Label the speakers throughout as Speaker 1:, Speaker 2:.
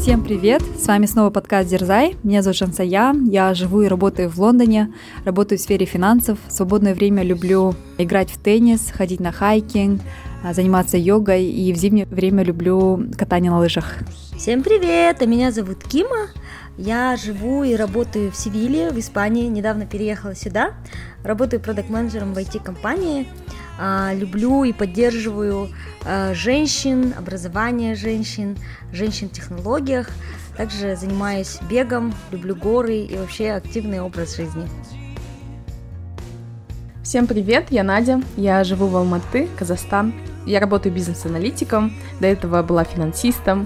Speaker 1: Всем привет! С вами снова подкаст «Дерзай». Меня зовут Жансая. Я живу и работаю в Лондоне, работаю в сфере финансов. В свободное время люблю играть в теннис, ходить на хайкинг, заниматься йогой и в зимнее время люблю катание на лыжах.
Speaker 2: Всем привет! Меня зовут Кима. Я живу и работаю в Севилье, в Испании. Недавно переехала сюда. Работаю продакт-менеджером в IT-компании. Люблю и поддерживаю женщин, образование женщин, женщин в технологиях. Также занимаюсь бегом, люблю горы и вообще активный образ жизни.
Speaker 3: Всем привет, я Надя, я живу в Алматы, Казахстан. Я работаю бизнес-аналитиком, до этого была финансистом.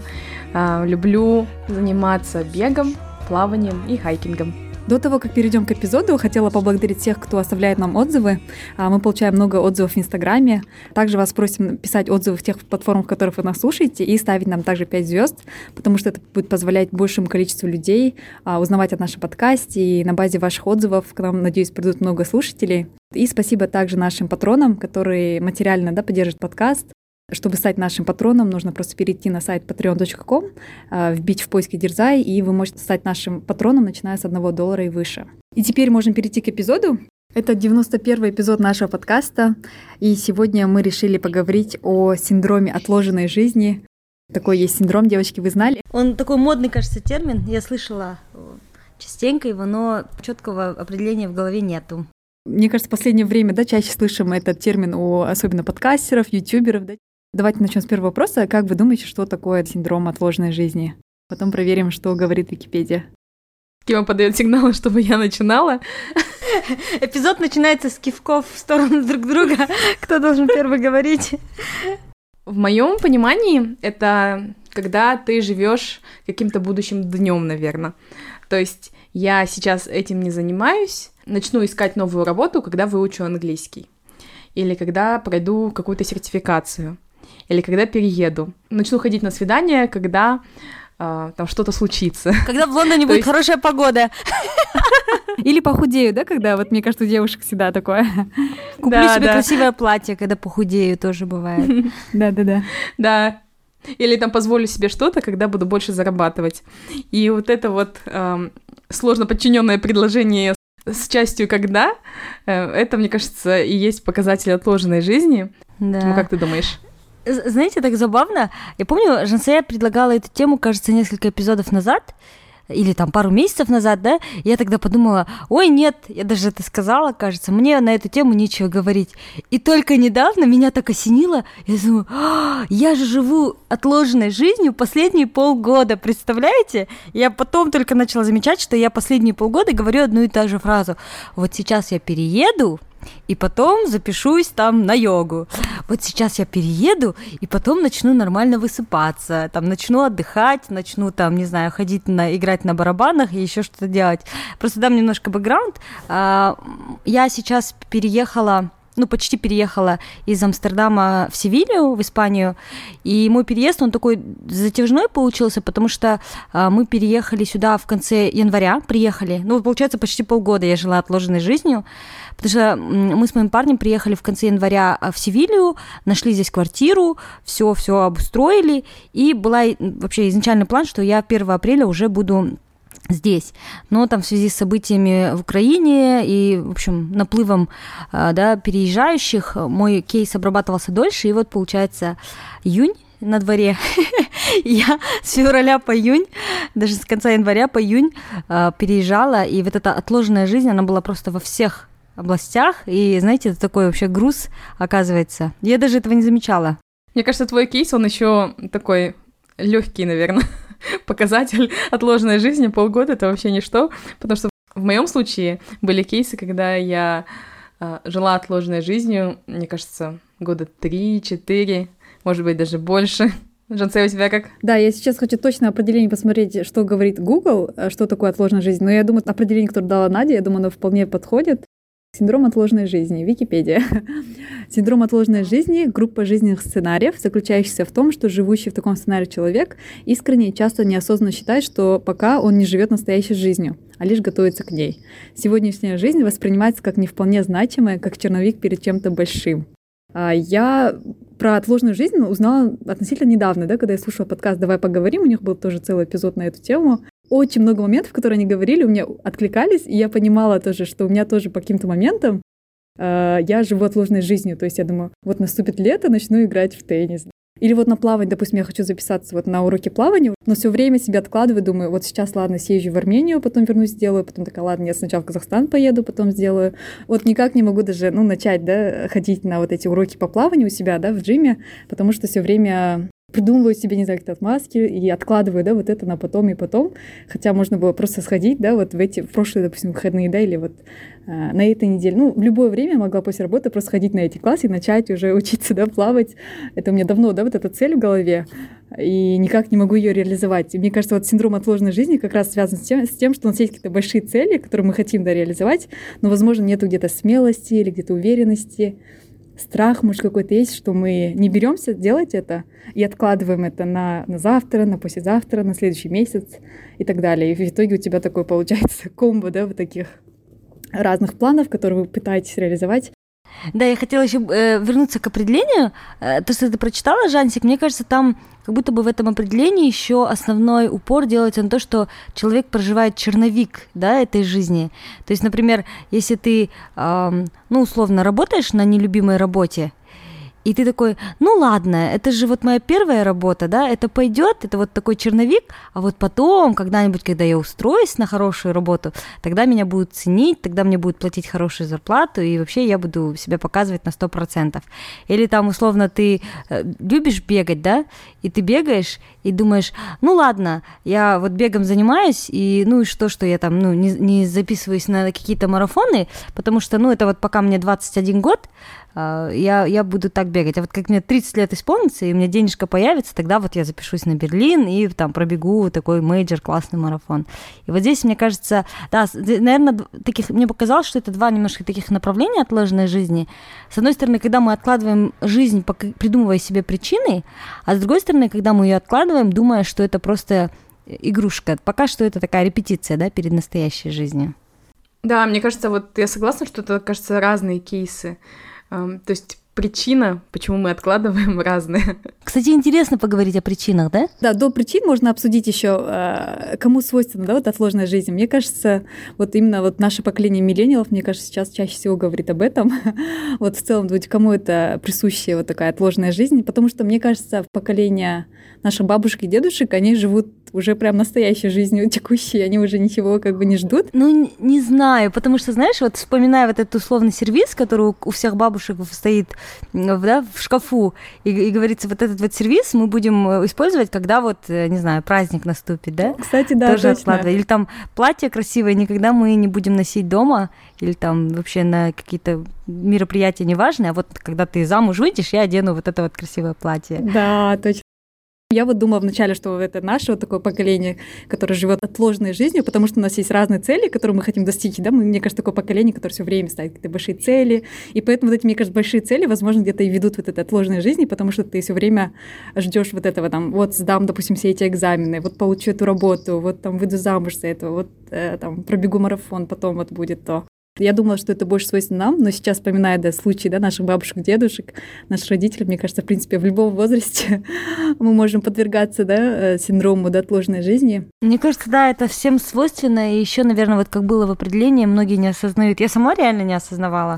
Speaker 3: Люблю заниматься бегом, плаванием и хайкингом.
Speaker 1: До того, как перейдем к эпизоду, хотела поблагодарить всех, кто оставляет нам отзывы. Мы получаем много отзывов в Инстаграме. Также вас просим писать отзывы в тех платформах, в которых вы нас слушаете, и ставить нам также 5 звезд, потому что это будет позволять большему количеству людей узнавать о нашем подкасте. И на базе ваших отзывов к нам, надеюсь, придут много слушателей. И спасибо также нашим патронам, которые материально поддерживают подкаст. Чтобы стать нашим патроном, нужно просто перейти на сайт patreon.com, вбить в поиске «Дерзай», и вы можете стать нашим патроном, начиная с $1 и выше. И теперь можем перейти к эпизоду. Это 91-й эпизод нашего подкаста, и сегодня мы решили поговорить о синдроме отложенной жизни. Такой есть синдром, девочки, вы знали?
Speaker 2: Он такой модный, кажется, термин. Я слышала частенько его, но четкого определения в голове нету.
Speaker 1: Мне кажется, в последнее время, чаще слышим этот термин у особенно подкастеров, ютуберов. Давайте начнем с первого вопроса. Как вы думаете, что такое синдром отложенной жизни? Потом проверим, что говорит Википедия.
Speaker 3: Кима подает сигналы, чтобы я начинала.
Speaker 2: Эпизод начинается с кивков в сторону друг друга. Кто должен первый говорить?
Speaker 3: В моем понимании, это когда ты живешь каким-то будущим днем, наверное. То есть я сейчас этим не занимаюсь, начну искать новую работу, когда выучу английский. Или когда пройду какую-то сертификацию. Или когда перееду. Начну ходить на свидания, когда там что-то случится.
Speaker 2: Когда в Лондоне будет хорошая погода.
Speaker 1: Или похудею, когда, мне кажется, у девушек всегда такое.
Speaker 2: Куплю себе красивое платье, когда похудею, тоже бывает.
Speaker 3: Да. Или там позволю себе что-то, когда буду больше зарабатывать. И вот это сложно подчиненное предложение с частью «когда», это, мне кажется, и есть показатель отложенной жизни.
Speaker 2: Да.
Speaker 3: Как ты думаешь?
Speaker 2: Знаете, так забавно. Я помню, Жансая предлагала эту тему, кажется, несколько эпизодов назад, или там пару месяцев назад, да? Я тогда подумала, ой, нет, я даже это сказала, кажется, мне на эту тему нечего говорить. И только недавно меня так осенило, я думаю, я же живу отложенной жизнью последние полгода, представляете? Я потом только начала замечать, что я последние полгода говорю одну и ту же фразу. Вот сейчас я перееду, и потом запишусь там на йогу. Вот сейчас я перееду, и потом начну нормально высыпаться, начну отдыхать, начну ходить играть на барабанах и еще что-то делать. Просто дам немножко бэкграунд. Я сейчас почти переехала из Амстердама в Севилью, в Испанию, и мой переезд, он такой затяжной получился, потому что мы переехали сюда в конце января, получается, почти полгода я жила отложенной жизнью, потому что мы с моим парнем приехали в конце января в Севилью, нашли здесь квартиру, все обустроили, и была вообще изначальный план, что я 1 апреля уже буду здесь. Но там в связи с событиями в Украине и, в общем, наплывом переезжающих мой кейс обрабатывался дольше, и получается июнь на дворе. Я с февраля по июнь, даже с конца января по июнь переезжала, и эта отложенная жизнь, она была просто во всех областях, и, знаете, это такой вообще груз, оказывается. Я даже этого не замечала.
Speaker 3: Мне кажется, твой кейс, он еще такой легкий, наверное, показатель отложенной жизни. Полгода — это вообще ничто, потому что в моем случае были кейсы, когда я жила отложенной жизнью, мне кажется, года 3-4, может быть, даже больше. Жансая, у тебя как?
Speaker 1: Да, я сейчас хочу точно определение посмотреть, что говорит Google, что такое отложенная жизнь, но я думаю, определение, которое дала Надя, я думаю, оно вполне подходит. Синдром отложенной жизни. Википедия. Синдром отложенной жизни — группа жизненных сценариев, заключающихся в том, что живущий в таком сценарии человек искренне и часто неосознанно считает, что пока он не живет настоящей жизнью, а лишь готовится к ней. Сегодняшняя жизнь воспринимается как не вполне значимая, как черновик перед чем-то большим. Я про отложенную жизнь узнала относительно недавно, да, когда я слушала подкаст «Давай поговорим», у них был тоже целый эпизод на эту тему. Очень много моментов, которые они говорили, у меня откликались, и я понимала тоже, что у меня тоже по каким-то моментам я живу отложенной жизнью. То есть я думаю, вот наступит лето, начну играть в теннис. Или вот на плавание, допустим, я хочу записаться вот на уроки плавания, но все время себя откладываю, думаю, вот сейчас, ладно, съезжу в Армению, потом вернусь, сделаю, потом такая, ладно, я сначала в Казахстан поеду, потом сделаю. Вот никак не могу даже, начать, да, ходить на вот эти уроки по плаванию у себя, да, в джиме, потому что все время придумываю себе, не знаю, какие-то отмазки и откладываю, да, вот это на потом и потом, хотя можно было просто сходить, да, вот в прошлые, допустим, выходные, да, или вот на этой неделе. В любое время я могла после работы просто ходить на эти классы и начать уже учиться, да, плавать. Это у меня давно, да, вот эта цель в голове, и никак не могу ее реализовать. И мне кажется, вот синдром отложенной жизни как раз связан с тем, что у нас есть какие-то большие цели, которые мы хотим, да, реализовать, но, возможно, нету где-то смелости или где-то уверенности. Страх, может, какой-то есть, что мы не беремся делать это и откладываем это на завтра, на послезавтра, на следующий месяц и так далее. И в итоге у тебя такой получается комбо, да, вот таких разных планов, которые вы пытаетесь реализовать.
Speaker 2: Да, я хотела еще вернуться к определению. То, что ты прочитала, Жансик, мне кажется, там как будто бы в этом определении еще основной упор делается на то, что человек проживает черновик, да, этой жизни. То есть, например, если ты, условно, работаешь на нелюбимой работе, и ты такой, ладно, это же вот моя первая работа, да, это пойдет, это вот такой черновик, а вот потом, когда-нибудь, когда я устроюсь на хорошую работу, тогда меня будут ценить, тогда мне будут платить хорошую зарплату, и вообще я буду себя показывать на 100%. Или там, условно, ты любишь бегать, да, и ты бегаешь, и думаешь, ладно, я вот бегом занимаюсь, и и что я там, не записываюсь на какие-то марафоны, потому что, это вот пока мне 21 год, я буду так бегать. А вот как мне 30 лет исполнится, и у меня денежка появится, тогда вот я запишусь на Берлин и там пробегу такой мейджор, классный марафон. И вот здесь, мне кажется, да, наверное, мне показалось, что это два немножко таких направления отложенной жизни. С одной стороны, когда мы откладываем жизнь, придумывая себе причины, а с другой стороны, когда мы ее откладываем, думая, что это просто игрушка. Пока что это такая репетиция, да, перед настоящей жизнью.
Speaker 3: Да, мне кажется, вот я согласна, что это, кажется, разные кейсы. То есть причина, почему мы откладываем, разные.
Speaker 2: Кстати, интересно поговорить о причинах, да?
Speaker 1: Да, до причин можно обсудить еще, кому свойственно, да, вот отложенная жизнь. Мне кажется, вот именно вот наше поколение миллениалов, мне кажется, сейчас чаще всего говорит об этом. Вот в целом, кому это присущая вот такая отложенная жизнь, потому что, мне кажется, поколение наших бабушек и дедушек, они живут уже прям настоящей жизнью текущей, они уже ничего как бы не ждут.
Speaker 2: Не знаю, потому что, знаешь, вот вспоминая вот этот условный сервиз, который у всех бабушек стоит, да, в шкафу, и говорится, вот этот вот сервиз мы будем использовать, когда вот, не знаю, праздник наступит, да?
Speaker 1: Кстати, да,
Speaker 2: тоже
Speaker 1: точно.
Speaker 2: Или там платье красивое никогда мы не будем носить дома, или там вообще на какие-то мероприятия неважные, а вот когда ты замуж выйдешь, я одену вот это вот красивое платье.
Speaker 1: Да, точно. Я вот думала вначале, что это наше вот такое поколение, которое живет отложенной жизнью, потому что у нас есть разные цели, которые мы хотим достичь, да, мне кажется, такое поколение, которое все время ставит какие-то большие цели, и поэтому вот эти, мне кажется, большие цели, возможно, где-то и ведут вот этой отложенной жизни, потому что ты все время ждешь вот этого, там, вот сдам, допустим, все эти экзамены, вот получу эту работу, вот там выйду замуж за этого, вот там пробегу марафон, потом вот будет то. Я думала, что это больше свойственно нам, но сейчас, вспоминая, да, случаи, да, наших бабушек, дедушек, наших родителей, мне кажется, в принципе, в любом возрасте мы можем подвергаться, да, синдрому, да, отложенной жизни.
Speaker 2: Мне кажется, да, это всем свойственно, и еще, наверное, вот как было в определении, многие не осознают. Я сама реально не осознавала,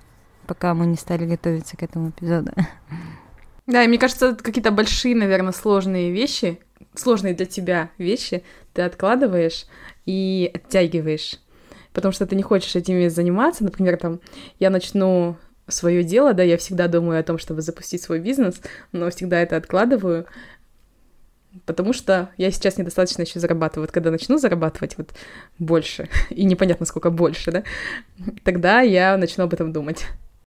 Speaker 2: пока мы не стали готовиться к этому эпизоду.
Speaker 3: Да, и мне кажется, какие-то большие, наверное, сложные вещи, сложные для тебя вещи ты откладываешь и оттягиваешь. Потому что ты не хочешь этими заниматься. Например, там, я начну свое дело, да, я всегда думаю о том, чтобы запустить свой бизнес, но всегда это откладываю, потому что я сейчас недостаточно еще зарабатываю. Вот когда начну зарабатывать вот больше, и непонятно, сколько больше, да, тогда я начну об этом думать.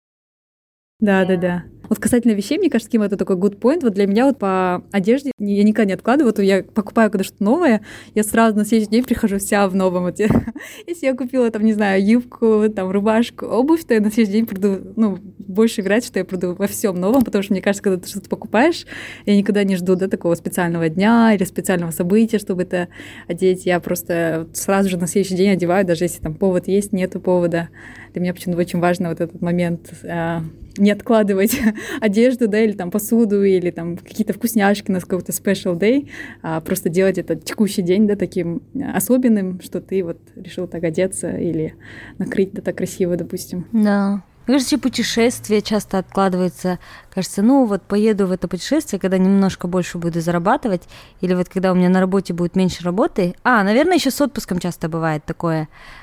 Speaker 1: Да. Вот касательно вещей, мне кажется, Ким, это такой good point. Вот для меня вот по одежде я никогда не откладываю. Вот я покупаю когда что-то новое, я сразу на следующий день прихожу вся в новом. Вот если я купила, там, не знаю, юбку, там, рубашку, обувь, то я на следующий день приду, больше играть, что я приду во всем новом, потому что, мне кажется, когда ты что-то покупаешь, я никогда не жду, да, такого специального дня или специального события, чтобы это одеть. Я просто сразу же на следующий день одеваю, даже если там повод есть, нету повода. Для меня почему-то очень важно вот этот момент не не откладывать одежду, да, или там посуду, или там какие-то вкусняшки на какой-то special day, а просто делать этот текущий день, да, таким особенным, что ты вот решил так одеться или накрыть, да, так красиво, допустим.
Speaker 2: Да. Мне кажется, путешествия часто откладываются. Кажется, ну вот поеду в это путешествие, когда немножко больше буду зарабатывать, или вот когда у меня на работе будет меньше работы. Наверное, еще с отпуском часто бывает такое,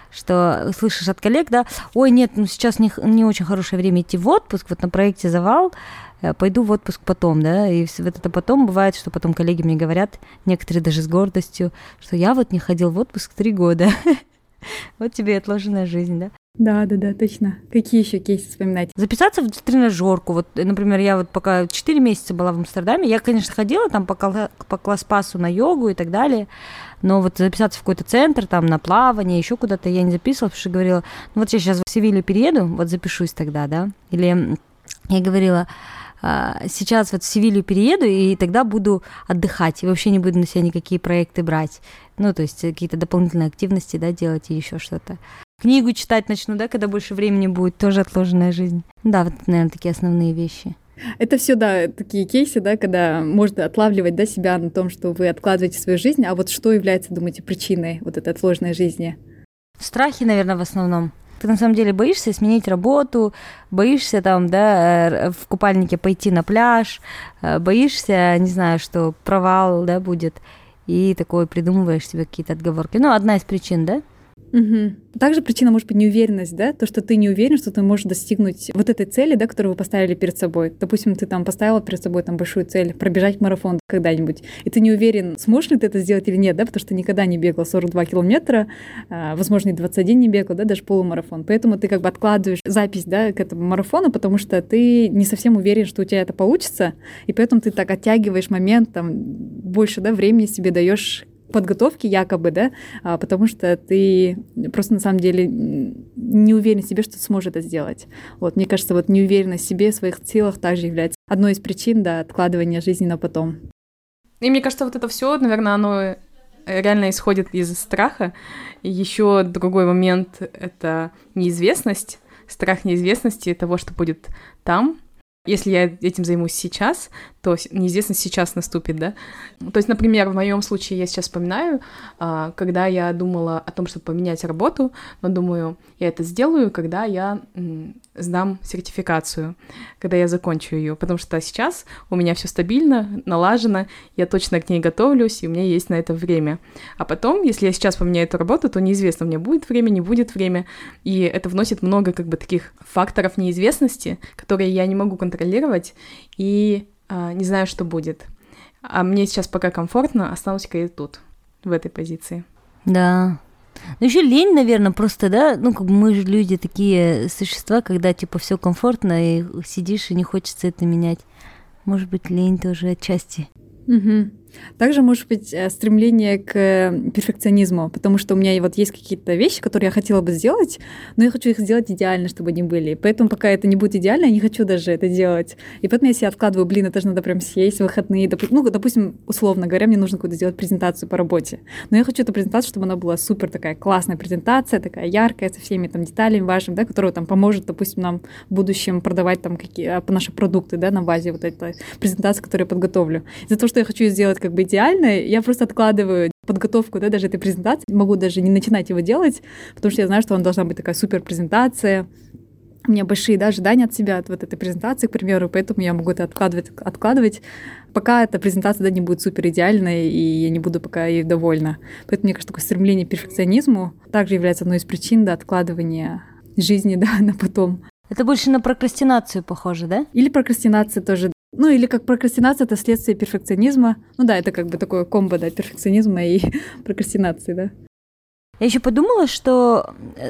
Speaker 2: что слышишь от коллег, да, ой, нет, ну сейчас не очень хорошее время идти в отпуск, вот на проекте завал, пойду в отпуск потом, да, и вот это потом бывает, что потом коллеги мне говорят, некоторые даже с гордостью, что я вот не ходил в отпуск 3 года. Вот тебе и отложенная жизнь, да?
Speaker 1: Да, точно. Какие еще кейсы вспоминать?
Speaker 2: Записаться в тренажерку. Вот, например, я вот пока 4 месяца была в Амстердаме, я, конечно, ходила там по класс-пассу на йогу и так далее, но вот записаться в какой-то центр, там, на плавание, еще куда-то я не записывала, потому что говорила, ну вот я сейчас в Севилью перееду, вот запишусь тогда, да, или я говорила, сейчас вот в Севилью перееду, и тогда буду отдыхать, и вообще не буду на себя никакие проекты брать, ну, то есть какие-то дополнительные активности, да, делать и еще что-то. Книгу читать начну, да, когда больше времени будет, тоже отложенная жизнь. Да, вот, наверное, такие основные вещи.
Speaker 1: Это все, да, такие кейсы, да, когда можно отлавливать, да, себя на том, что вы откладываете свою жизнь, а вот что является, думаете, причиной вот этой отложенной жизни?
Speaker 2: Страхи, наверное, в основном. Ты на самом деле боишься сменить работу, боишься там, да, в купальнике пойти на пляж, боишься, не знаю, что провал, да, будет, и такое придумываешь себе какие-то отговорки. Ну, одна из причин, да?
Speaker 1: Угу. Также причина может быть неуверенность, да, то, что ты не уверен, что ты можешь достигнуть вот этой цели, да, которую вы поставили перед собой. Допустим, ты там поставила перед собой там большую цель пробежать марафон когда-нибудь, и ты не уверен, сможешь ли ты это сделать или нет, да, потому что никогда не бегал 42 километра, возможно, и 21 не бегал, да, даже полумарафон. Поэтому ты как бы откладываешь запись, да, к этому марафону, потому что ты не совсем уверен, что у тебя это получится, и поэтому ты так оттягиваешь момент, там, больше, да, времени себе даешь подготовки якобы, да, потому что ты просто на самом деле не уверен в себе, что ты сможешь это сделать. Вот, мне кажется, вот неуверенность в себе, в своих силах также является одной из причин, да, откладывания жизни на потом.
Speaker 3: И мне кажется, вот это все, наверное, оно реально исходит из страха. Еще другой момент — это неизвестность, страх неизвестности того, что будет там. Если я этим займусь сейчас, то неизвестность сейчас наступит, да? То есть, например, в моем случае я сейчас вспоминаю, когда я думала о том, чтобы поменять работу, но думаю, я это сделаю, когда я сдам сертификацию, когда я закончу ее, потому что сейчас у меня все стабильно, налажено, я точно к ней готовлюсь, и у меня есть на это время. А потом, если я сейчас поменяю эту работу, то неизвестно, у меня будет время, не будет время, и это вносит много как бы таких факторов неизвестности, которые я не могу контролировать, и не знаю, что будет. А мне сейчас пока комфортно, останусь-ка я тут, в этой позиции.
Speaker 2: Да. Ну, еще лень, наверное, просто, да, ну, как бы мы же люди такие существа, когда, типа, все комфортно, и сидишь, и не хочется это менять. Может быть, лень тоже отчасти.
Speaker 1: Угу. Также может быть стремление к перфекционизму, потому что у меня вот есть какие-то вещи, которые я хотела бы сделать, но я хочу их сделать идеально, чтобы они были. Поэтому пока это не будет идеально, я не хочу даже это делать. И поэтому я себе откладываю, это же надо прям съесть в выходные. Ну, допустим, условно говоря, мне нужно какую-то сделать презентацию по работе. Но я хочу эту презентацию, чтобы она была супер такая классная презентация, такая яркая, со всеми там деталями важными, да, которая там поможет, допустим, нам в будущем продавать там наши продукты, да, на базе вот этой презентации, которую я подготовлю. Из-за того, что я хочу сделать как бы идеально, я просто откладываю подготовку, да, даже этой презентации. Могу даже не начинать его делать, потому что я знаю, что она должна быть такая супер презентация. У меня большие, да, ожидания от себя, от вот этой презентации, к примеру, поэтому я могу это откладывать, пока эта презентация, да, не будет супер идеальной, и я не буду пока ей довольна. Поэтому, мне кажется, такое стремление к перфекционизму также является одной из причин, да, откладывания жизни, да, на потом.
Speaker 2: Это больше на прокрастинацию похоже, да?
Speaker 1: Или прокрастинация тоже. Ну, или как прокрастинация — это следствие перфекционизма. Ну да, это как бы такое комбо, да, перфекционизма и прокрастинации, да.
Speaker 2: Я еще подумала, что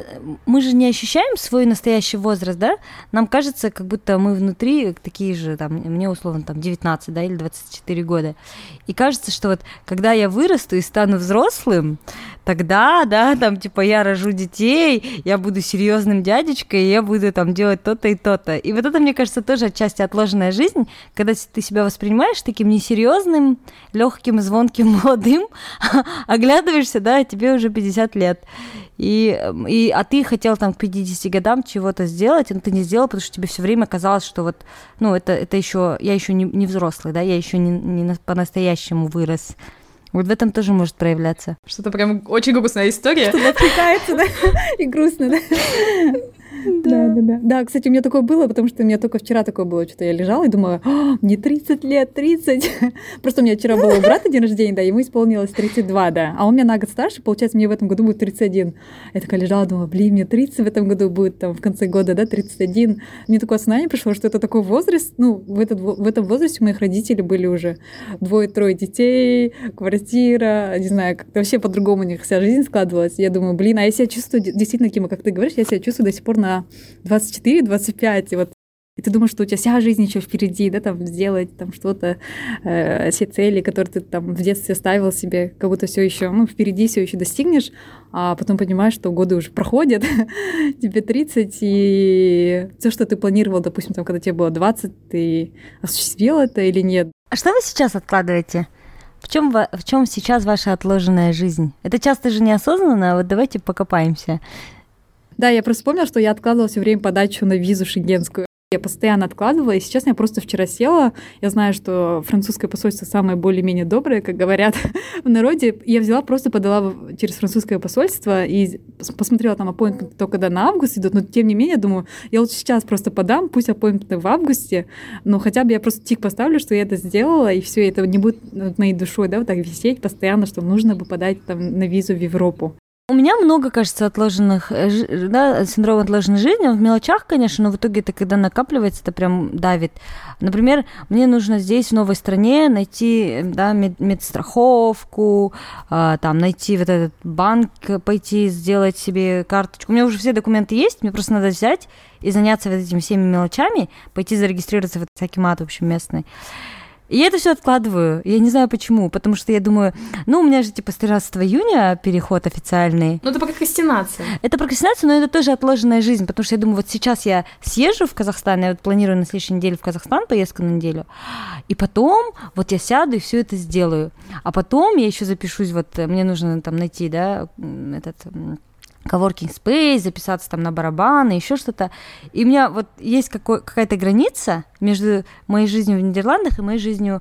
Speaker 2: мы же не ощущаем свой настоящий возраст, да? Нам кажется, как будто мы внутри такие же, там, мне условно там 19, да, или 24 года. И кажется, что вот когда я вырасту и стану взрослым, тогда, да, там, типа, я рожу детей, я буду серьезным дядечкой, и я буду там делать то-то и то-то. И вот это, мне кажется, тоже отчасти отложенная жизнь, когда ты себя воспринимаешь таким несерьезным, легким, звонким, молодым, оглядываешься, да, тебе уже 50 лет. А ты хотел там к 50 годам чего-то сделать, но ты не сделал, потому что тебе все время казалось, что вот, это еще, я еще не взрослый, да, я еще не по-настоящему вырос. Вот в этом тоже может проявляться.
Speaker 3: Что-то прям очень грустная история.
Speaker 1: Что-то отвлекается, да, и грустно, да. Да. Да, кстати, у меня такое было, потому что у меня только вчера такое было, что-то я лежала и думала, мне 30 лет, 30. Просто у меня вчера было у брата день рождения, да, ему исполнилось 32, да. А он меня на год старше, получается, мне в этом году будет 31. Я такая лежала, думала, мне 30 в этом году будет, там, в конце года, да, 31. Мне такое осознание пришло, что это такой возраст, в этом возрасте у моих родителей были уже 2-3 детей, квартира, не знаю, как-то вообще по-другому у них вся жизнь складывалась. Я думаю, а я себя чувствую действительно, Кима, как ты говоришь, я себя чувствую до сих пор на 24-25, и ты думаешь, что у тебя вся жизнь еще впереди, да, там, сделать там что-то, все цели, которые ты там в детстве ставил себе, как будто все еще, впереди все еще достигнешь, а потом понимаешь, что годы уже проходят, тебе 30, и все, что ты планировал, допустим, там, когда тебе было 20, ты осуществил это или нет?
Speaker 2: А что вы сейчас откладываете? В чем сейчас ваша отложенная жизнь? Это часто же неосознанно, а вот давайте покопаемся.
Speaker 1: Да, я просто вспомнила, что я откладывала все время подачу на визу шенгенскую. Я постоянно откладывала, и сейчас я просто вчера села. Я знаю, что французское посольство самое более-менее доброе, как говорят в народе. Я взяла, просто подала через французское посольство и посмотрела там аппоинтменты только когда на август идут, но тем не менее, думаю, я лучше сейчас просто подам, пусть аппоинтменты в августе, но хотя бы я просто тик поставлю, что я это сделала, и все это не будет над моей душой, да, вот так висеть постоянно, что нужно бы подать там на визу в Европу.
Speaker 2: У меня много, кажется, отложенных, да, синдрома отложенной жизни, в мелочах, конечно, но в итоге это, когда накапливается, это прям давит. Например, мне нужно здесь, в новой стране, найти, да, медстраховку, там, найти вот этот банк, пойти сделать себе карточку. У меня уже все документы есть, мне просто надо взять и заняться вот этими всеми мелочами, пойти зарегистрироваться в этот акимат, в общем, местный. И я это все откладываю. Я не знаю почему. Потому что я думаю, у меня же типа с 13 июня переход официальный.
Speaker 3: Это прокрастинация.
Speaker 2: Это прокрастинация, но это тоже отложенная жизнь. Потому что я думаю, вот сейчас я съезжу в Казахстан, я вот планирую на следующей неделе в Казахстан поездку на неделю. И потом вот я сяду и все это сделаю. А потом я еще запишусь, вот мне нужно там найти, да, этот coworking space, записаться там на барабаны, еще что-то. И у меня вот есть какая-то граница между моей жизнью в Нидерландах и моей жизнью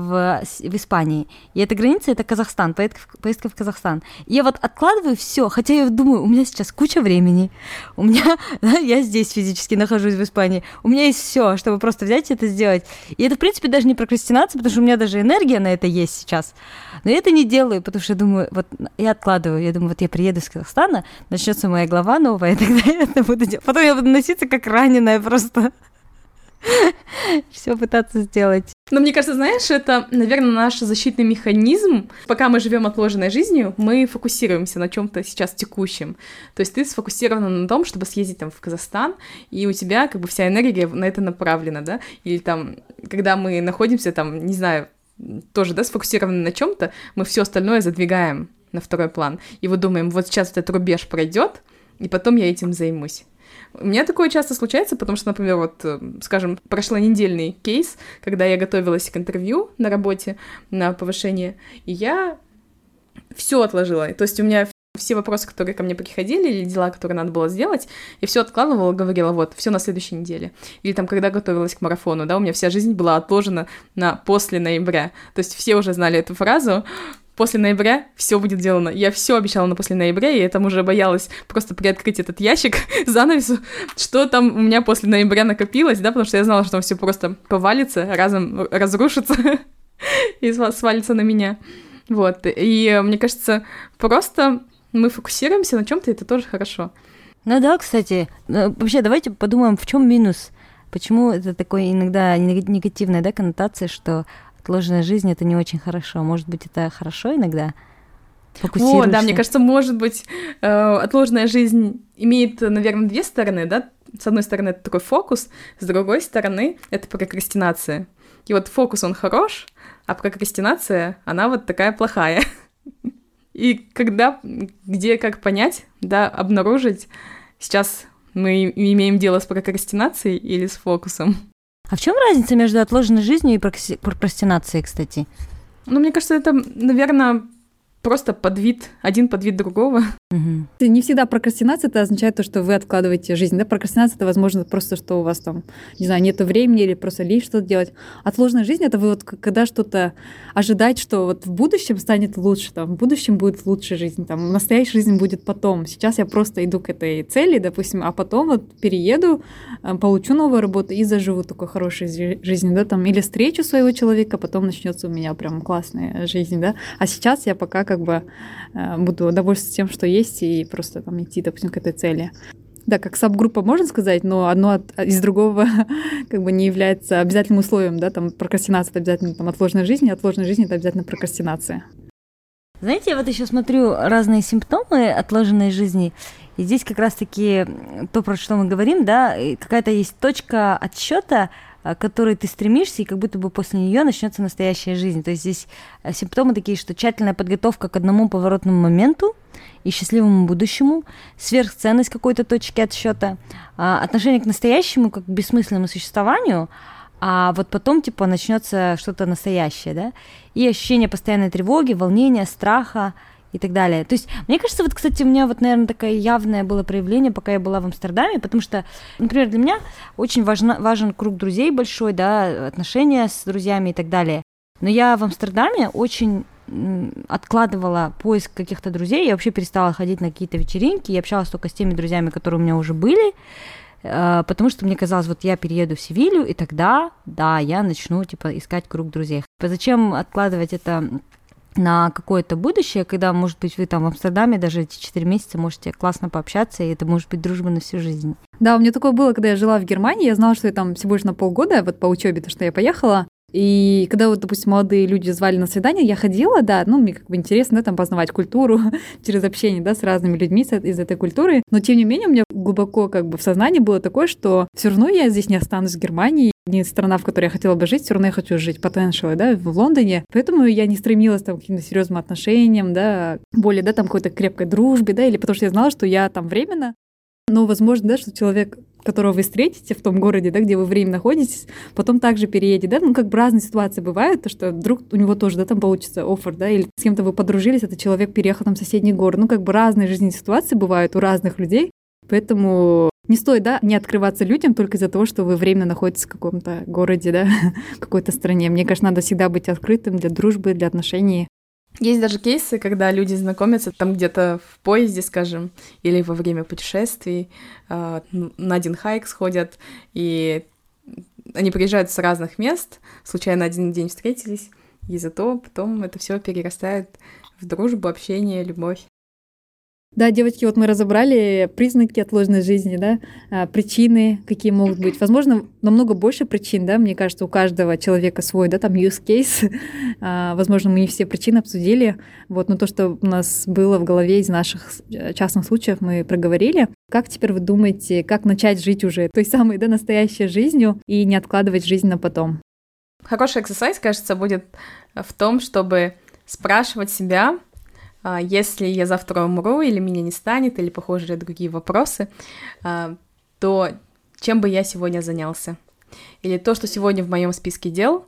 Speaker 2: в Испании. И эта граница — это Казахстан, поездка в Казахстан. И я вот откладываю все, хотя я думаю, у меня сейчас куча времени, у меня, да, я здесь физически нахожусь в Испании, у меня есть все, чтобы просто взять и это сделать. И это, в принципе, даже не прокрастинация, потому что у меня даже энергия на это есть сейчас. Но я это не делаю, потому что я думаю, вот я откладываю, я думаю, вот я приеду из Казахстана, начнется моя глава новая, и тогда я это буду делать. Потом я буду носиться как раненая просто. Все пытаться сделать.
Speaker 3: Но мне кажется, знаешь, это, наверное, наш защитный механизм. Пока мы живем отложенной жизнью, мы фокусируемся на чем-то сейчас текущем. То есть ты сфокусирована на том, чтобы съездить там в Казахстан, и у тебя как бы вся энергия на это направлена, да? Или там, когда мы находимся там, не знаю, тоже, да, сфокусированы на чем-то, мы все остальное задвигаем на второй план. И вот думаем, вот сейчас этот рубеж пройдет, и потом я этим займусь. У меня такое часто случается, потому что, например, вот, скажем, прошлонедельный кейс, когда я готовилась к интервью на работе, на повышение, и я все отложила. То есть у меня все вопросы, которые ко мне приходили, или дела, которые надо было сделать, я все откладывала, говорила, вот, все на следующей неделе. Или там, когда готовилась к марафону, да, у меня вся жизнь была отложена на после ноября. То есть все уже знали эту фразу, после ноября все будет сделано. Я все обещала на после ноября, и я там уже боялась просто приоткрыть этот ящик, занавесу, что там у меня после ноября накопилось, да, потому что я знала, что там все просто повалится, разом разрушится и свалится на меня. Вот, и мне кажется, просто мы фокусируемся на чем-то, и это тоже хорошо.
Speaker 2: Ну да, кстати, вообще давайте подумаем, в чем минус, почему это такой иногда негативная, да, коннотация, что отложенная жизнь — это не очень хорошо. Может быть, это хорошо иногда?
Speaker 3: Вот, да, мне кажется, может быть, отложенная жизнь имеет, наверное, две стороны, да? С одной стороны, это такой фокус, с другой стороны, это прокрастинация. И вот фокус, он хорош, а прокрастинация, она вот такая плохая. И когда, где, как понять, да, обнаружить, сейчас мы имеем дело с прокрастинацией или с фокусом.
Speaker 2: А в чем разница между отложенной жизнью и прокрастинацией, кстати?
Speaker 3: Ну, мне кажется, это, наверное, просто один подвид другого.
Speaker 1: Не всегда прокрастинация это означает то, что вы откладываете жизнь. Да? Прокрастинация это, возможно, просто, что у вас там, не знаю, нету времени или просто лень что-то делать. Отложенная жизнь это вы вот когда что-то ожидать, что вот в будущем станет лучше, там, в будущем будет лучше жизнь, там, настоящая жизнь будет потом. Сейчас я просто иду к этой цели, допустим, а потом вот перееду, получу новую работу и заживу такой хорошей жизнью, да, там, или встречу своего человека, потом начнется у меня прям классная жизнь, да. А сейчас я пока как бы буду довольствоваться тем, что есть, и просто там идти, допустим, к этой цели. Да, как саб-группа можно сказать, но одно из другого как бы не является обязательным условием, да, там прокрастинация это обязательно там отложенная жизнь это обязательно прокрастинация.
Speaker 2: Знаете, я вот еще смотрю разные симптомы отложенной жизни, и здесь как раз-таки то, про что мы говорим, да, какая-то есть точка отсчета, к которой ты стремишься, и как будто бы после нее начнется настоящая жизнь. То есть здесь симптомы такие, что тщательная подготовка к одному поворотному моменту и счастливому будущему, сверхценность какой-то точки отсчета, отношение к настоящему как к бессмысленному существованию, а вот потом, типа, начнется что-то настоящее, да, и ощущение постоянной тревоги, волнения, страха и так далее. То есть, мне кажется, вот, кстати, у меня вот, наверное, такое явное было проявление, пока я была в Амстердаме, потому что, например, для меня очень важен круг друзей большой, да, отношения с друзьями и так далее. Но я в Амстердаме очень откладывала поиск каких-то друзей, я вообще перестала ходить на какие-то вечеринки, я общалась только с теми друзьями, которые у меня уже были, потому что мне казалось, вот я перееду в Севилью, и тогда, да, я начну, типа, искать круг друзей. Зачем откладывать это на какое-то будущее, когда, может быть, вы там в Амстердаме даже эти 4 месяца можете классно пообщаться, и это может быть дружба на всю жизнь.
Speaker 1: Да, у меня такое было, когда я жила в Германии, я знала, что я там всего лишь на полгода, вот по учебе, то, что я поехала, и когда вот, допустим, молодые люди звали на свидание, я ходила, да, ну, мне как бы интересно, да, там познавать культуру через общение, да, с разными людьми из этой культуры, но тем не менее у меня глубоко как бы в сознании было такое, что все равно я здесь не останусь в Германии, не страна, в которой я хотела бы жить, все равно я хочу жить potentially, да, в Лондоне. Поэтому я не стремилась там к каким-то серьезным отношениям, да, более, да, там какой-то крепкой дружбе, да, или потому что я знала, что я там временно. Но возможно, да, что человек, которого вы встретите в том городе, да, где вы временно находитесь, потом также переедет, да, ну, как бы разные ситуации бывают, то, что вдруг у него тоже, да, там получится оффер, да, или с кем-то вы подружились, этот человек переехал там в соседний город, ну, как бы разные жизненные ситуации бывают у разных людей, поэтому не стоит, да, не открываться людям только из-за того, что вы временно находитесь в каком-то городе, да, в какой-то стране. Мне кажется, надо всегда быть открытым для дружбы, для отношений.
Speaker 3: Есть даже кейсы, когда люди знакомятся там где-то в поезде, скажем, или во время путешествий, на один хайк сходят, и они приезжают с разных мест, случайно один день встретились, и зато потом это все перерастает в дружбу, общение, любовь.
Speaker 1: Да, девочки, вот мы разобрали признаки отложенной жизни, да, причины, какие могут быть. Возможно, намного больше причин, да, мне кажется, у каждого человека свой, да, там use case. Возможно, мы не все причины обсудили, вот, но то, что у нас было в голове из наших частных случаев, мы проговорили. Как теперь вы думаете, как начать жить уже той самой, да, настоящей жизнью и не откладывать жизнь на потом?
Speaker 3: Хороший эксерсайз, кажется, будет в том, чтобы спрашивать себя, если я завтра умру, или меня не станет, или похожие другие вопросы, то чем бы я сегодня занялся? Или то, что сегодня в моем списке дел,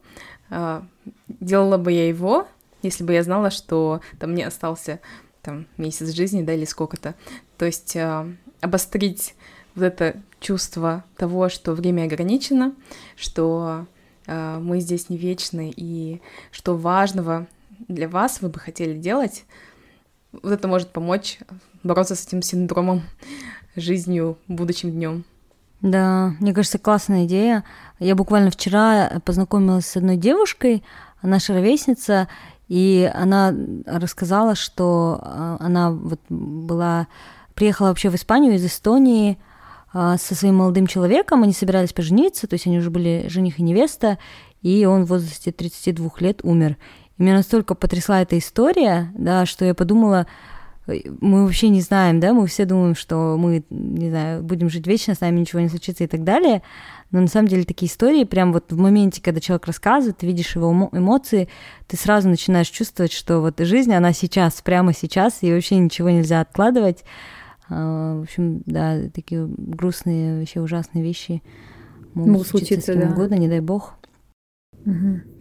Speaker 3: делала бы я его, если бы я знала, что там мне остался там месяц жизни, да, или сколько-то. То есть обострить вот это чувство того, что время ограничено, что мы здесь не вечны, и что важного для вас вы бы хотели делать. Вот это может помочь бороться с этим синдромом жизнью, будущим днем.
Speaker 2: Да, мне кажется, классная идея. Я буквально вчера познакомилась с одной девушкой, наша ровесница, и она рассказала, что она вот приехала вообще в Испанию из Эстонии со своим молодым человеком, они собирались пожениться, то есть они уже были жених и невеста, и он в возрасте 32 лет умер. И меня настолько потрясла эта история, да, что я подумала, мы вообще не знаем, да, мы все думаем, что мы, не знаю, будем жить вечно, с нами ничего не случится и так далее, но на самом деле такие истории, прям вот в моменте, когда человек рассказывает, ты видишь его эмоции, ты сразу начинаешь чувствовать, что вот жизнь, она сейчас, прямо сейчас, и вообще ничего нельзя откладывать. В общем, да, такие грустные, вообще ужасные вещи могут случиться с кем угодно, не дай бог.
Speaker 1: Угу.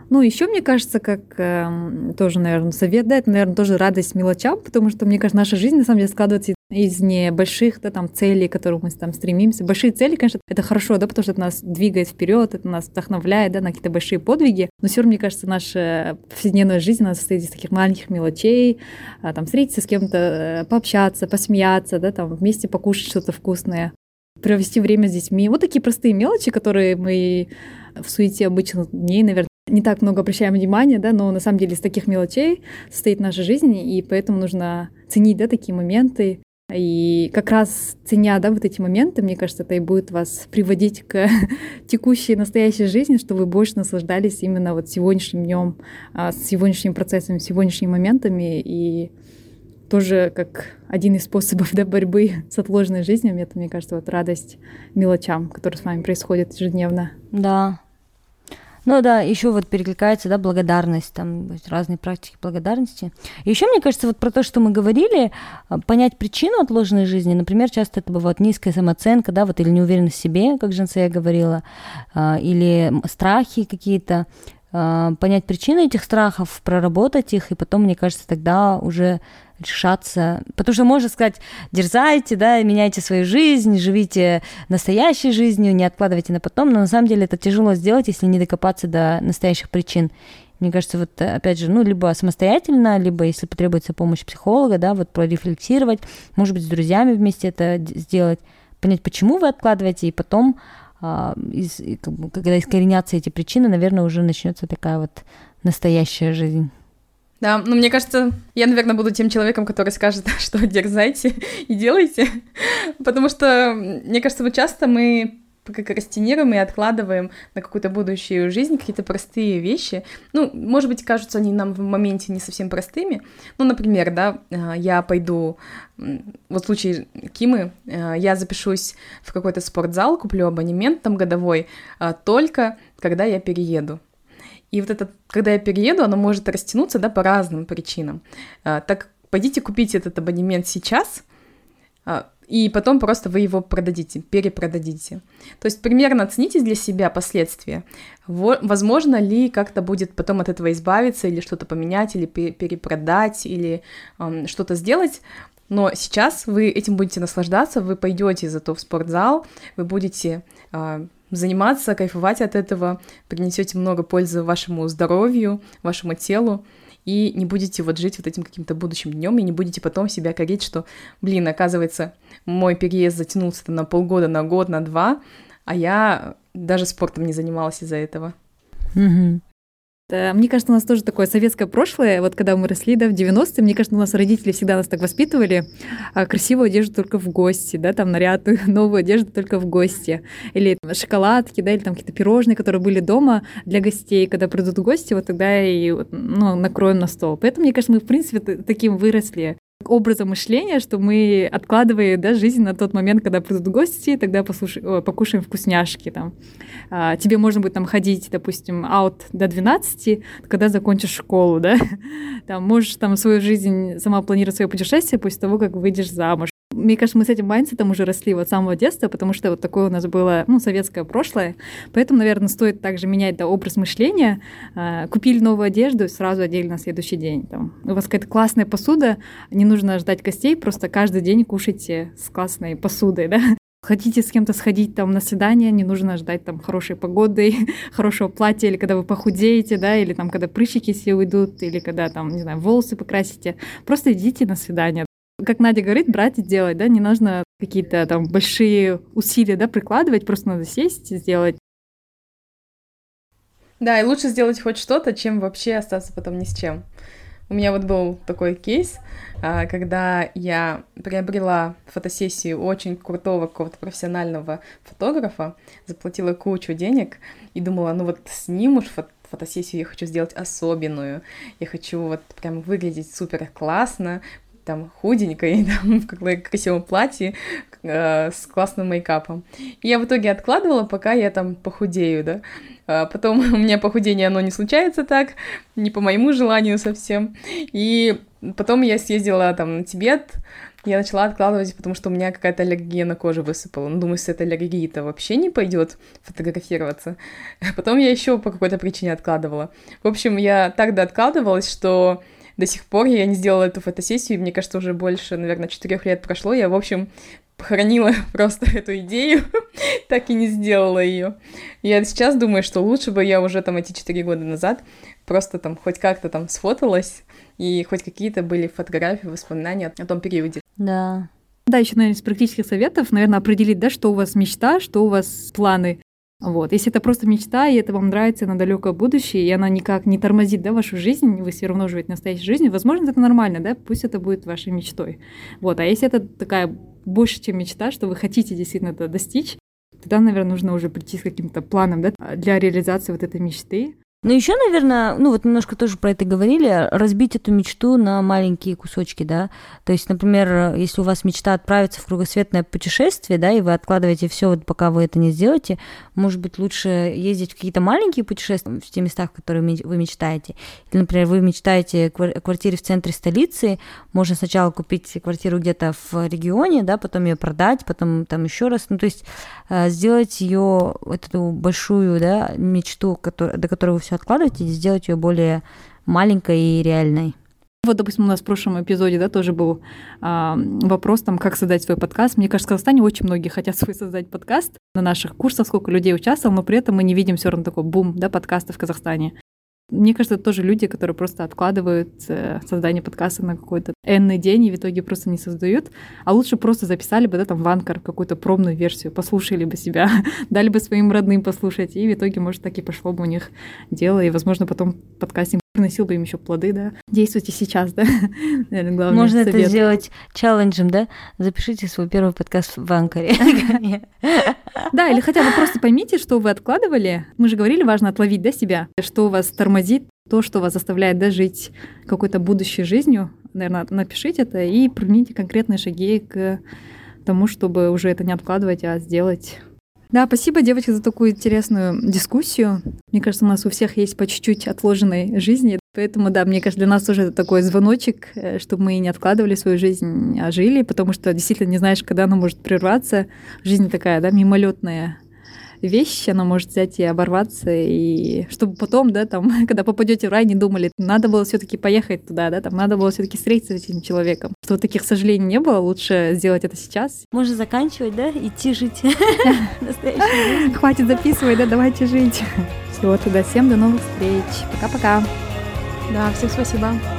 Speaker 1: Ну, еще мне кажется, как тоже, наверное, совет, да, это, наверное, тоже радость мелочам, потому что, мне кажется, наша жизнь, на самом деле, складывается из небольших, да, там, целей, к которым мы там стремимся. Большие цели, конечно, это хорошо, да, потому что это нас двигает вперед, это нас вдохновляет, да, на какие-то большие подвиги, но все равно, мне кажется, наша повседневная жизнь, она состоит из таких маленьких мелочей, там, встретиться с кем-то, пообщаться, посмеяться, да, там, вместе покушать что-то вкусное, провести время с детьми. Вот такие простые мелочи, которые мы в суете обычных дней, наверное, не так много обращаем внимания, да, но на самом деле из таких мелочей состоит наша жизнь, и поэтому нужно ценить, да, такие моменты. И как раз ценя, да, вот эти моменты, мне кажется, это и будет вас приводить к текущей, настоящей жизни, чтобы вы больше наслаждались именно вот сегодняшним днем, сегодняшним процессом, сегодняшними моментами. И тоже как один из способов, да, борьбы с отложенной жизнью, это, мне кажется, вот радость мелочам, которые с вами происходят ежедневно.
Speaker 2: Да. Ну да, еще вот перекликается, да, благодарность, там разные практики благодарности. Еще мне кажется, вот про то, что мы говорили, понять причину отложенной жизни, например, часто это бывает низкая самооценка, да, вот или неуверенность в себе, как Жансея говорила, или страхи какие-то, понять причины этих страхов, проработать их, и потом, мне кажется, тогда уже решаться, потому что можно сказать, дерзайте, да, меняйте свою жизнь, живите настоящей жизнью, не откладывайте на потом, но на самом деле это тяжело сделать, если не докопаться до настоящих причин. Мне кажется, вот опять же, ну, либо самостоятельно, либо если потребуется помощь психолога, да, вот прорефлексировать, может быть, с друзьями вместе это сделать, понять, почему вы откладываете, и потом, когда искоренятся эти причины, наверное, уже начнется такая вот настоящая жизнь.
Speaker 3: Да, ну мне кажется, я, наверное, буду тем человеком, который скажет, что дерзайте и делайте, потому что, мне кажется, вот часто мы прокрастинируем и откладываем на какую-то будущую жизнь какие-то простые вещи. Ну, может быть, кажутся они нам в моменте не совсем простыми. Ну, например, да, я пойду, вот в случае Кимы, я запишусь в какой-то спортзал, куплю абонемент там годовой, только когда я перееду. И вот это, когда я перееду, оно может растянуться, да, по разным причинам. Так пойдите купите этот абонемент сейчас, и потом просто вы его продадите, перепродадите. То есть примерно оцените для себя последствия. Возможно ли как-то будет потом от этого избавиться, или что-то поменять, или перепродать, или что-то сделать. Но сейчас вы этим будете наслаждаться, вы пойдете зато в спортзал, вы будете заниматься, кайфовать от этого, принесете много пользы вашему здоровью, вашему телу, и не будете вот жить вот этим каким-то будущим днем, и не будете потом себя корить, что, блин, оказывается, мой переезд затянулся на полгода, на год, на 2, а я даже спортом не занималась из-за этого.
Speaker 2: Mm-hmm.
Speaker 1: Мне кажется, у нас тоже такое советское прошлое. Вот когда мы росли, да, в 90-е, мне кажется, у нас родители всегда нас так воспитывали. Красивую одежду только в гости, да, там наряд, новую одежду только в гости. Или шоколадки, да, или там какие-то пирожные, которые были дома для гостей. Когда придут гости, вот тогда и накроем на стол. Поэтому, мне кажется, мы, в принципе, таким выросли. Образом мышления, что мы откладываем, да, жизнь на тот момент, когда придут гости, тогда покушаем вкусняшки. Там. Тебе можно будет там ходить, допустим, аут до 12, когда закончишь школу, да. Там, можешь там свою жизнь сама планировать свое путешествие после того, как выйдешь замуж. Мне кажется, мы с этим майндсетом уже росли вот с самого детства, потому что вот такое у нас было, советское прошлое. Поэтому, наверное, стоит также менять, да, образ мышления. Купили новую одежду, сразу одели на следующий день. Там. У вас какая-то классная посуда, не нужно ждать гостей, просто каждый день кушайте с классной посудой, да. Хотите с кем-то сходить там на свидание, не нужно ждать там хорошей погоды, хорошего платья, или когда вы похудеете, да, или там когда прыщики все уйдут, или когда там, не знаю, волосы покрасите. Просто идите на свидание. Как Надя говорит, брать и делать, да, не нужно какие-то там большие усилия, да, прикладывать, просто надо сесть и сделать.
Speaker 3: Да, и лучше сделать хоть что-то, чем вообще остаться потом ни с чем. У меня вот был такой кейс, когда я приобрела фотосессию очень крутого какого-то профессионального фотографа, заплатила кучу денег и думала, ну вот сниму уж фотосессию, я хочу сделать особенную, я хочу вот прям выглядеть супер классно, там худенькой, там, в каком-то красивом платье с классным мейкапом. И я в итоге откладывала, пока я там похудею, да. Потом у меня похудение, оно не случается так, не по моему желанию совсем. И Потом я съездила там на Тибет, я начала откладывать, потому что у меня какая-то аллергия на коже высыпала. Ну, думаю, с этой аллергией-то вообще не пойдет фотографироваться. Потом я еще по какой-то причине откладывала. В общем, я так дооткладывалась, что до сих пор я не сделала эту фотосессию, и мне кажется, уже больше, наверное, 4 лет прошло. Я, в общем, похоронила просто эту идею, так и не сделала ее. Я сейчас думаю, что лучше бы я уже там эти 4 года назад просто там хоть как-то там сфоталась, и хоть какие-то были фотографии, воспоминания о том периоде.
Speaker 2: Да.
Speaker 1: Да, еще, наверное, из практических советов, наверное, определить, да, что у вас мечта, что у вас планы. Вот. Если это просто мечта, и это вам нравится на далекое будущее, и она никак не тормозит, да, вашу жизнь, вы все равно живете настоящей жизнью, возможно, это нормально, да, пусть это будет вашей мечтой. Вот. А если это такая больше, чем мечта, что вы хотите действительно это достичь, тогда, наверное, нужно уже прийти с каким-то планом, да, для реализации вот этой мечты.
Speaker 2: Ну, еще, наверное, ну вот немножко тоже про это говорили, разбить эту мечту на маленькие кусочки, да. То есть, например, если у вас мечта отправиться в кругосветное путешествие, да, и вы откладываете все, вот пока вы это не сделаете, может быть, лучше ездить в какие-то маленькие путешествия в те места, в которые вы мечтаете. Или, например, вы мечтаете о квартире в центре столицы, можно сначала купить квартиру где-то в регионе, да, потом ее продать, потом там еще раз, ну, то есть сделать ее, эту большую, да, мечту, до которой вы все откладываете, и сделать ее более маленькой и реальной.
Speaker 1: Вот, допустим, у нас в прошлом эпизоде, да, тоже был вопрос, там, как создать свой подкаст. Мне кажется, в Казахстане очень многие хотят свой создать подкаст. На наших курсах сколько людей участвовало, но при этом мы не видим все равно такой бум, да, подкаста в Казахстане. Мне кажется, это тоже люди, которые просто откладывают создание подкаста на какой-то энный день и в итоге просто не создают. А лучше просто записали бы, да, там в Anchor какую-то пробную версию, послушали бы себя, дали бы своим родным послушать, и в итоге, может, так и пошло бы у них дело, и, возможно, потом подкастинг приносил бы им еще плоды, да. Действуйте сейчас, да. Наверное, главный
Speaker 2: Можно
Speaker 1: совет.
Speaker 2: это сделать челленджем, да? Запишите свой первый подкаст в Anchor.
Speaker 1: Да, или хотя бы просто поймите, что вы откладывали. Мы же говорили, важно отловить, да, себя, что вас тормозит, то, что вас заставляет, да, жить какой-то будущей жизнью. Наверное, напишите это и примите конкретные шаги к тому, чтобы уже это не откладывать, а сделать. Да, спасибо, девочки, за такую интересную дискуссию. Мне кажется, у нас у всех есть по чуть-чуть отложенной жизни. Поэтому, да, мне кажется, для нас тоже это такой звоночек, чтобы мы не откладывали свою жизнь, а жили, потому что действительно не знаешь, когда она может прерваться. Жизнь такая, да, мимолетная вещь, она может взять и оборваться, и чтобы потом, да, там, когда попадете в рай, не думали, надо было все-таки поехать туда, да, там, надо было все-таки встретиться с этим человеком. Что вот таких сожалений не было, лучше сделать это сейчас.
Speaker 2: Можно заканчивать, да, идти жить настоящую жизнь.
Speaker 1: Хватит записывать, да, давайте жить. Всего тогда, всем до новых встреч. Пока-пока.
Speaker 3: Да, всем спасибо.